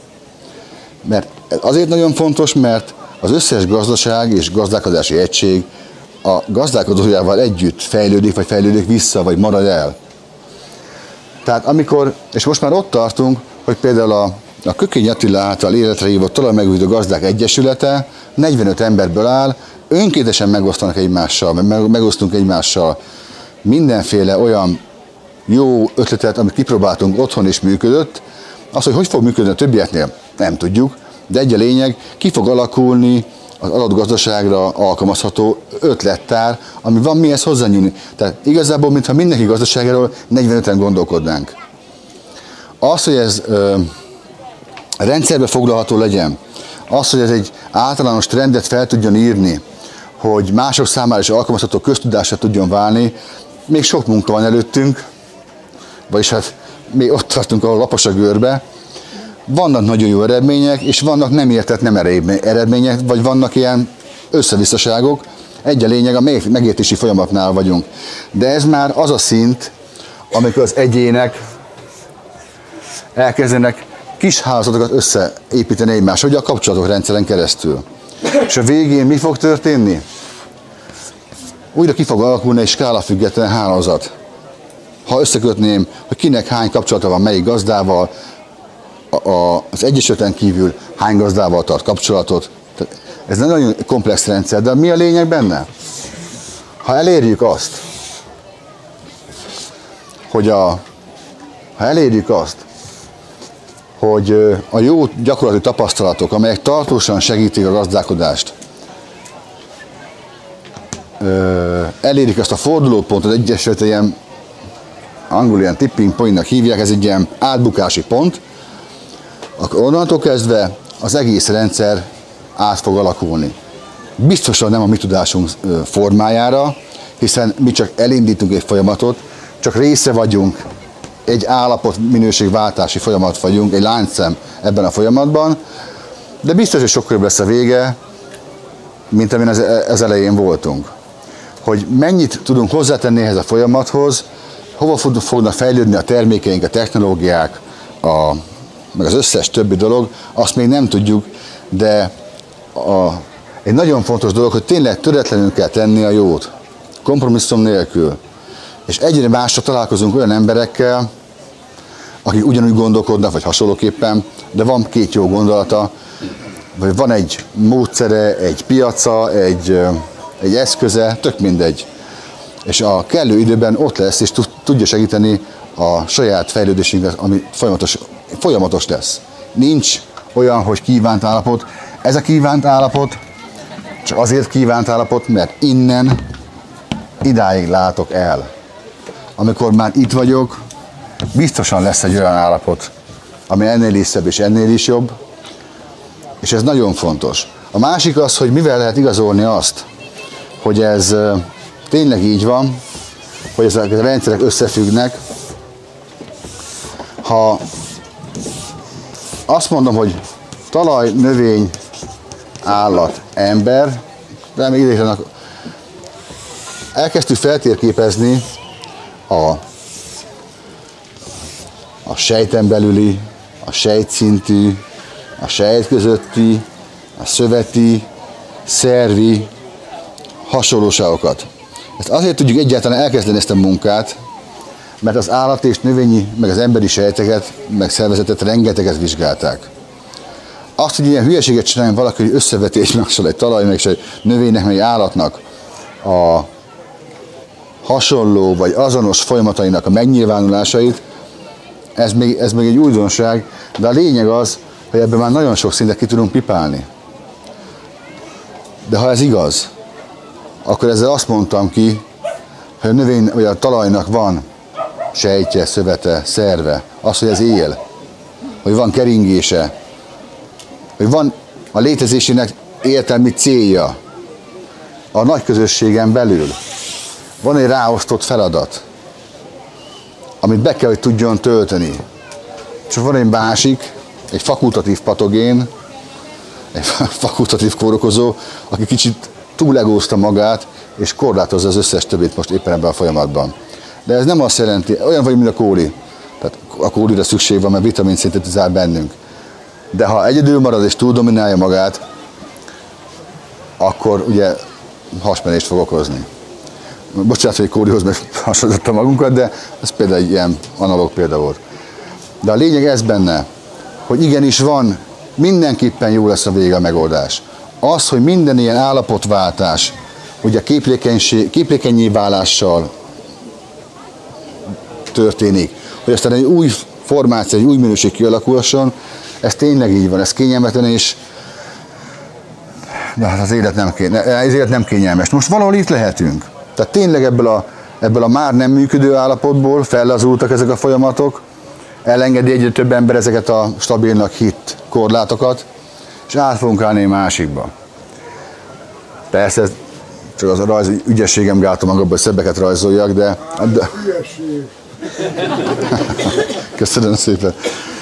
Mert azért nagyon fontos, mert az összes gazdaság és gazdálkodási egység a gazdálkodójával együtt fejlődik, vagy fejlődik vissza, vagy marad el. Tehát amikor, és most már ott tartunk, hogy például a Kökény Attila által életre hívott Talajmegújító Gazdák Egyesülete 45 emberből áll, önkéntesen megosztanak egymással, megosztunk egymással mindenféle olyan jó ötletet, amit kipróbáltunk otthon és működött. Az, hogy fog működni a többieknél, nem tudjuk, de egy a lényeg, ki fog alakulni az adott gazdaságra alkalmazható ötlettár, ami van mihez hozzányúlni. Tehát igazából, mintha mindenki gazdaságáról 45-en gondolkodnánk. Az, hogy ez rendszerbe foglalható legyen, az, hogy ez egy általános trendet fel tudjon írni, hogy mások számára is alkalmazható köztudásra tudjon válni, még sok munka van előttünk, vagyis hát még ott tartunk, ahol lapos a görbe. Vannak nagyon jó eredmények, és vannak nem értett nem eredmények, vagy vannak ilyen összevisszaságok. Egy a lényeg, a megértési folyamatnál vagyunk. De ez már az a szint, amikor az egyének elkezdenek kis hálózatokat összeépíteni egymással, hogy a kapcsolatok rendszeren keresztül. És a végén mi fog történni? Újra ki fog alakulni egy skálafüggetlen hálózat. Ha összekötném, hogy kinek hány kapcsolata van melyik gazdával, az egyesületen kívül hány gazdával tart kapcsolatot. Ez egy nagyon komplex rendszer, de mi a lényeg benne? Ha elérjük azt, hogy a jó gyakorlati tapasztalatok, amelyek tartósan segítik a gazdálkodást, elérik azt a fordulópontot, az egyesület ilyen angol ilyen tipping pointnak hívják, ez egy ilyen átbukási pont, akkor onnantól kezdve az egész rendszer át fog alakulni. Biztosan nem a mi tudásunk formájára, hiszen mi csak elindítunk egy folyamatot, csak része vagyunk, egy állapot minőségváltási folyamat vagyunk, egy láncszem ebben a folyamatban, de biztos, hogy sokkal jobb lesz a vége, mint amin az elején voltunk. Hogy mennyit tudunk hozzátenni ehhez a folyamathoz, hova fognak fejlődni a termékeink, a technológiák, meg az összes többi dolog, azt még nem tudjuk, de egy nagyon fontos dolog, hogy tényleg töretlenül kell tenni a jót, kompromisszum nélkül. És egyre másra találkozunk olyan emberekkel, akik ugyanúgy gondolkodnak, vagy hasonlóképpen, de van két jó gondolata, vagy van egy módszere, egy piaca, egy eszköze, tök mindegy. És a kellő időben ott lesz, és tudja segíteni a saját fejlődésünkre, ami folyamatos lesz. Nincs olyan, hogy kívánt állapot. Ez a kívánt állapot csak azért kívánt állapot, mert innen idáig látok el. Amikor már itt vagyok, biztosan lesz egy olyan állapot, ami ennél is szebb és ennél is jobb, és ez nagyon fontos. A másik az, hogy mivel lehet igazolni azt, hogy ez tényleg így van, hogy ezek a rendszerek összefüggnek. Ha azt mondom, hogy talaj, növény, állat, ember, de még idejének elkezdtük feltérképezni a sejten belüli, a sejtszintű, a sejt közötti, a szöveti, szervi hasonlóságokat. Ezt azért tudjuk egyáltalán elkezdeni ezt a munkát, mert az állati és növényi, meg az emberi sejteket, meg szervezetet rengeteget vizsgálták. Azt, hogy ilyen hülyeséget csináljon valaki, hogy összeveti egymással egy talajnak és egy növénynek, meg egy állatnak a hasonló vagy azonos folyamatainak a megnyilvánulásait, ez még egy újdonság, de a lényeg az, hogy ebben már nagyon sok szintet ki tudunk pipálni. De ha ez igaz, akkor ezzel azt mondtam ki, hogy a növény vagy a talajnak van sejtje, szövete, szerve, az, hogy ez él, hogy van keringése, hogy van a létezésének értelmi célja a nagy közösségen belül. Van egy ráosztott feladat, amit be kell, hogy tudjon tölteni. És van egy másik, egy fakultatív patogén, egy fakultatív kórokozó, aki kicsit túlegózta magát, és korlátozza az összes többét most éppen ebben a folyamatban. De ez nem azt jelenti, olyan vagy, mint a kóli. Tehát a kólira szükség van, mert vitamin szintetizál bennünk. De ha egyedül marad és túl dominálja magát, akkor ugye hasmenést fog okozni. Bocsánat, hogy kólihoz hasonlítottam magunkat, de ez például egy ilyen analóg példa volt. De a lényeg ez benne, hogy igenis van, mindenképpen jó lesz a vége a megoldás. Az, hogy minden ilyen állapotváltás, ugye képlékennyé válással történik, hogy aztán egy új formáció, egy új minőség kialakulhasson, ez tényleg így van, ez kényelmetlen, és de hát az élet nem kényelmes. Most valahol itt lehetünk. Tehát tényleg ebből a már nem működő állapotból fellazultak ezek a folyamatok, elengedi egyre több ember ezeket a stabilnak hitt korlátokat, és át fogunk állni egy másikba. Persze, csak az a rajz ügyességem gátom magabban, hogy szebbeket rajzoljak, de... Köszönöm szépen.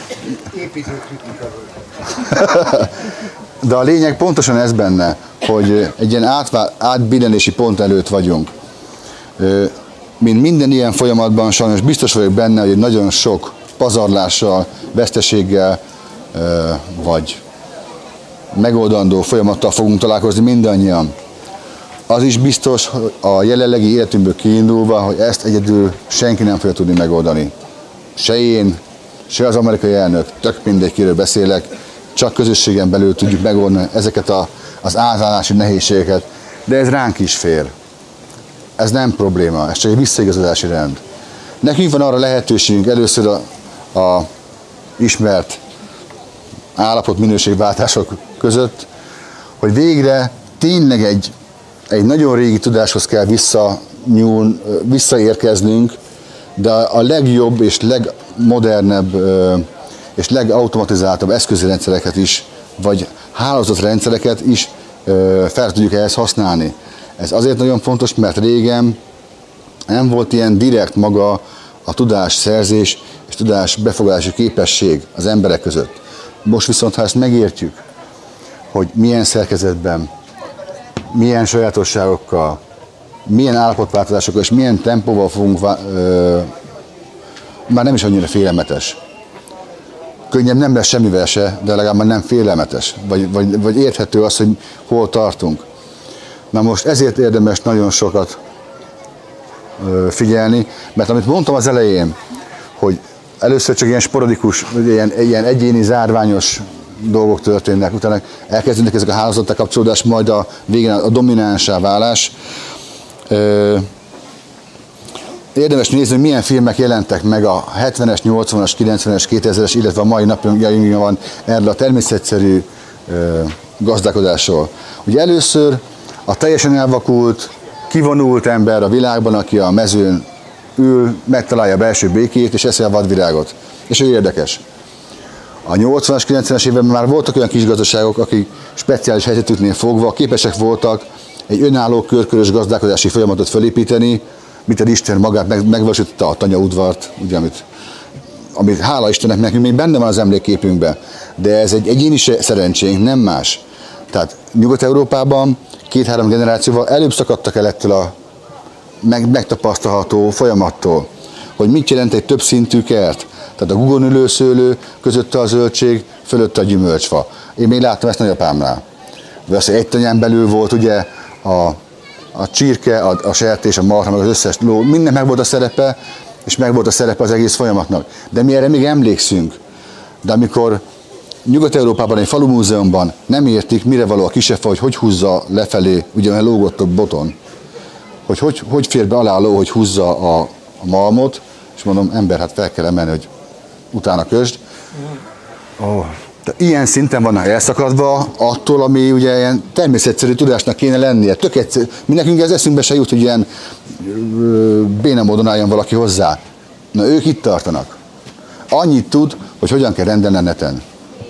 De a lényeg pontosan ez benne, hogy egy ilyen átbillenési pont előtt vagyunk. Mint minden ilyen folyamatban sajnos biztos vagyok benne, hogy nagyon sok pazarlással, veszteséggel vagy megoldandó folyamattal fogunk találkozni mindannyian. Az is biztos, hogy a jelenlegi életünkből kiindulva, hogy ezt egyedül senki nem fogja tudni megoldani. Se én, se az amerikai elnök, tök mindegy, kiről beszélek, csak közösségen belül tudjuk megoldani ezeket az átállási nehézségeket, de ez ránk is fér. Ez nem probléma, ez csak egy visszaigazodási rend. Nekünk van arra lehetőségünk először a ismert állapot minőségváltások között, hogy végre tényleg egy nagyon régi tudáshoz kell visszaérkeznünk, de a legjobb és legmodernebb és legautomatizáltabb eszközi rendszereket is, vagy hálózatrendszereket is fel tudjuk ehhez használni. Ez azért nagyon fontos, mert régen nem volt ilyen direkt maga a tudásszerzés és tudás befogadási képesség az emberek között. Most viszont, ha ezt megértjük, hogy milyen szerkezetben, milyen sajátosságokkal, milyen állapotváltozásokkal és milyen tempóval fogunk, már nem is annyira félelmetes. Könnyebb nem lesz semmivel se, de legalább már nem félelmetes, vagy érthető az, hogy hol tartunk. Na most ezért érdemes nagyon sokat figyelni, mert amit mondtam az elején, hogy először csak ilyen sporadikus, ilyen egyéni, zárványos dolgok történnek, utána elkezdődnek ezek a hálózattal kapcsolódás, majd a végén a dominánsá válás. Érdemes nézni, hogy milyen filmek jelentek meg a 70-es, 80-as, 90-es, 2000-es, illetve a mai napjainkban van erről a természetszerű gazdálkodásról. Ugye először a teljesen elvakult, kivonult ember a világban, aki a mezőn ül, megtalálja a belső békét, és eszi a vadvirágot. És ő érdekes. A 80-as, 90-es években már voltak olyan kis gazdaságok, akik speciális helyzetüknél fogva képesek voltak egy önálló körkörös gazdálkodási folyamatot felépíteni, mint az Isten magát megvalósította a tanyaudvart, ugye, amit hála Istennek nekünk még benne van az emlékképünkben. De ez egy egyéni szerencsénk, nem más. Tehát Nyugat-Európában 2-3 generációval előbb szakadtak el ettől a megtapasztalható folyamattól, hogy mit jelent egy többszintű kert. Tehát a gugonülőszőlő, közötte a zöldség, fölötte a gyümölcsfa. Én még láttam ezt nagyapámnál. De az egy tanyán belül volt ugye a csirke, a sertés, a marha, meg az összes ló, minden meg volt a szerepe, és meg volt a szerepe az egész folyamatnak. De mi erre még emlékszünk. De amikor Nyugat-Európában egy falumúzeumban nem értik, mire való a kisefa, hogy húzza lefelé, ugye olyan lógott a boton, hogy fér be alá a ló, hogy húzza a malmot, és mondom, ember, hát fel kell emelni, hogy utána közd. De ilyen szinten vannak elszakadva attól, ami ugye ilyen természetszerű tudásnak kéne lennie. Tök egyszerű. Mi nekünk ez eszünkbe se jut, hogy ilyen béna módon álljon valaki hozzá. Na ők itt tartanak. Annyit tud, hogy hogyan kell rendelni a neten.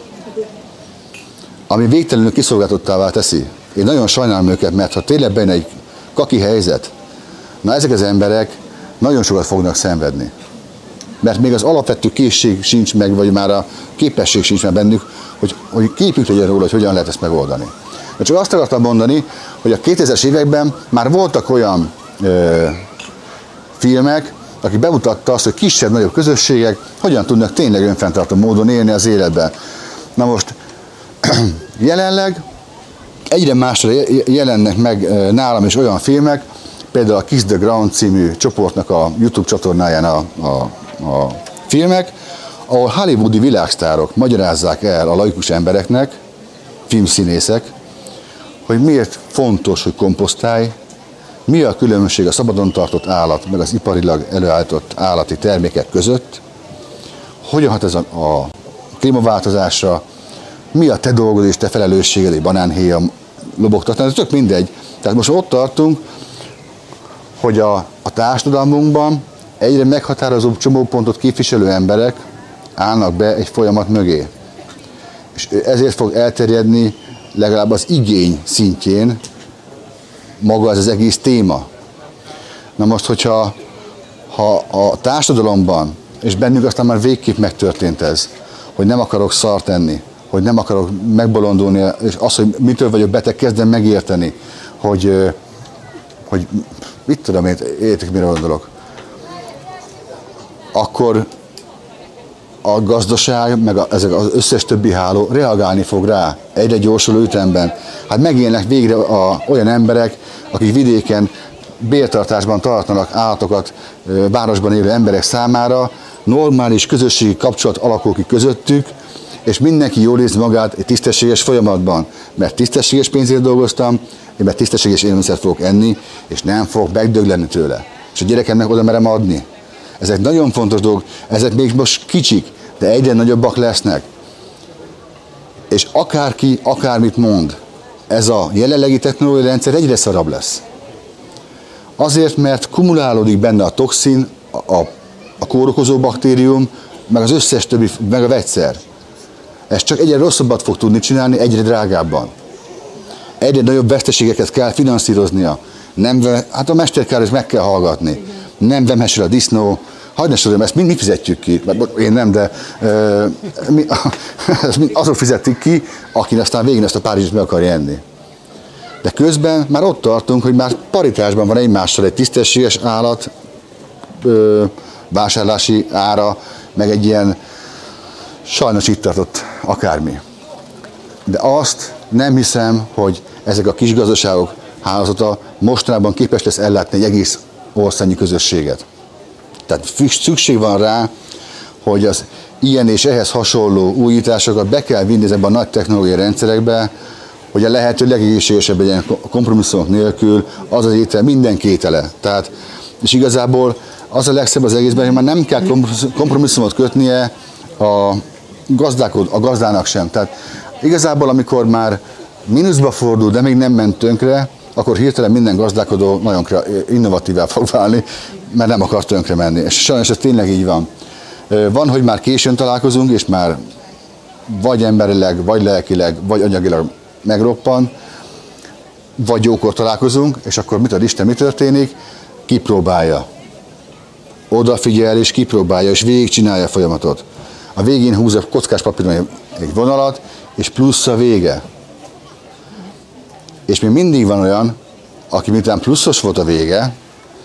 Ami végtelenül kiszolgáltottává teszi. Én nagyon sajnálom őket, mert ha tényleg benne egy kaki helyzet, na ezek az emberek nagyon sokat fognak szenvedni. Mert még az alapvető készség sincs meg, vagy már a képesség sincs meg bennük, hogy képük legyen róla, hogy hogyan lehet ezt megoldani. De csak azt akartam mondani, hogy a 2000-es években már voltak olyan filmek, akik bemutatta azt, hogy kisebb-nagyobb közösségek hogyan tudnak tényleg önfenntartó módon élni az életben. Na most jelenleg egyre másra jelennek meg nálam is olyan filmek, például a Kiss the Ground című csoportnak a YouTube csatornáján a filmek, ahol hollywoodi világsztárok magyarázzák el a laikus embereknek, filmszínészek, hogy miért fontos, hogy komposztálj, mi a különbség a szabadon tartott állat, meg az iparilag előállított állati termékek között, hogyan hat ez a klímaváltozásra, mi a te dolgod és te felelősséged egy banánhéja lobogtatni, ez tök mindegy. Tehát most ott tartunk, hogy a társadalmunkban egyre meghatározóbb csomópontot képviselő emberek állnak be egy folyamat mögé. És ezért fog elterjedni legalább az igény szintjén maga ez az egész téma. Na most, hogyha a társadalomban, és bennünk aztán már végképp megtörtént ez, hogy nem akarok szart enni, hogy nem akarok megbolondulni, és az, hogy mitől vagyok beteg, kezdem megérteni, hogy mit tudom én, értek, mire gondolok. Akkor a gazdaság, meg ezek az összes többi háló reagálni fog rá egyre gyorsuló ütemben. Hát megélnek végre olyan emberek, akik vidéken bértartásban tartanak állatokat városban élő emberek számára, normális közösségi kapcsolat alakul ki közöttük, és mindenki jól érzi magát egy tisztességes folyamatban. Mert tisztességes pénzért dolgoztam, én mert tisztességes élelmiszert fogok enni, és nem fogok megdögleni tőle. És a gyerekemnek oda merem adni. Ezek nagyon fontos dolgok, ezek még most kicsik, de egyre nagyobbak lesznek. És akárki, akármit mond, ez a jelenlegi technológiai rendszer egyre szarabb lesz. Azért, mert kumulálódik benne a toxin, a kórokozó baktérium, meg az összes többi, meg a vegyszer. Ez csak egyre rosszabbat fog tudni csinálni, egyre drágábban. Egyre nagyobb veszteségeket kell finanszíroznia. Hát a mesterkáros meg kell hallgatni. Nem vemhessél a disznó, hagyd ne sorolom, ezt mi fizetjük ki. Én nem, de azok fizetik ki, aki aztán végén ezt a Párizsit meg akarja enni. De közben már ott tartunk, hogy már paritásban van egymással egy tisztességes állat vásárlási ára, meg egy ilyen sajnos itt tartott akármi. De azt nem hiszem, hogy ezek a kis gazdaságok hálózata mostanában képes lesz ellátni egy egész országnyi közösséget. Tehát szükség van rá, hogy az ilyen és ehhez hasonló újításokat be kell vinni ezekbe a nagy technológiai rendszerekbe, hogy a lehető legegészségesebb legyen kompromisszumok nélkül az az étel mindenki étele. Tehát, és igazából az a legszebb az egészben, hogy már nem kell kompromisszumot kötnie a gazdának sem. Tehát igazából, amikor már mínuszba fordul, de még nem ment tönkre, akkor hirtelen minden gazdálkodó nagyon innovatívá fog válni, mert nem akar tönkre menni. És sajnos ez tényleg így van. Van, hogy már későn találkozunk, és már vagy emberileg, vagy lelkileg, vagy anyagilag megroppan, vagy jókor találkozunk, és akkor mit ad Isten, mi történik? Kipróbálja. Odafigyel, és kipróbálja, és végigcsinálja a folyamatot. A végén húz a kockás papíron egy vonalat, és plusz a vége. És még mindig van olyan, aki miután pluszos volt a vége,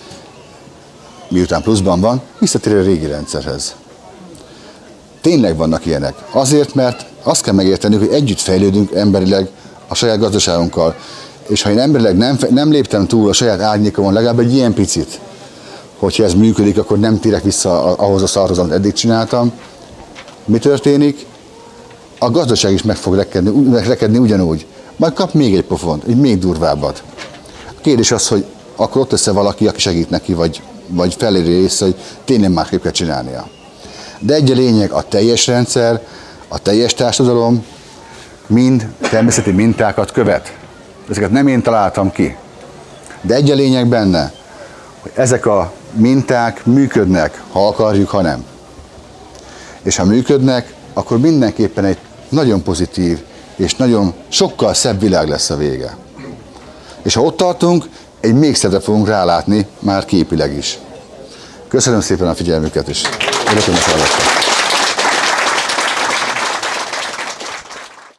miután pluszban van, visszatér a régi rendszerhez. Tényleg vannak ilyenek. Azért, mert azt kell megértenünk, hogy együtt fejlődünk emberileg a saját gazdaságunkkal. És ha én emberileg nem léptem túl a saját árnyékomon, legalább egy ilyen picit, hogyha ez működik, akkor nem térek vissza ahhoz a szarhoz, amit eddig csináltam. Mi történik? A gazdaság is meg fog rekedni ugyanúgy. Majd kap még egy pofont, egy még durvábbat. A kérdés az, hogy akkor ott lesz-e valaki, aki segít neki, vagy feléri észre, hogy tényleg másképp kell csinálnia. De egy a lényeg, a teljes rendszer, a teljes társadalom mind természeti mintákat követ. Ezeket nem én találtam ki. De egy a lényeg benne, hogy ezek a minták működnek, ha akarjuk, ha nem. És ha működnek, akkor mindenképpen egy nagyon pozitív és nagyon sokkal szebb világ lesz a vége. És ha ott tartunk, egy még szebbre fogunk rálátni, már képileg is. Köszönöm szépen a figyelmüket, és örökön meghallgattam.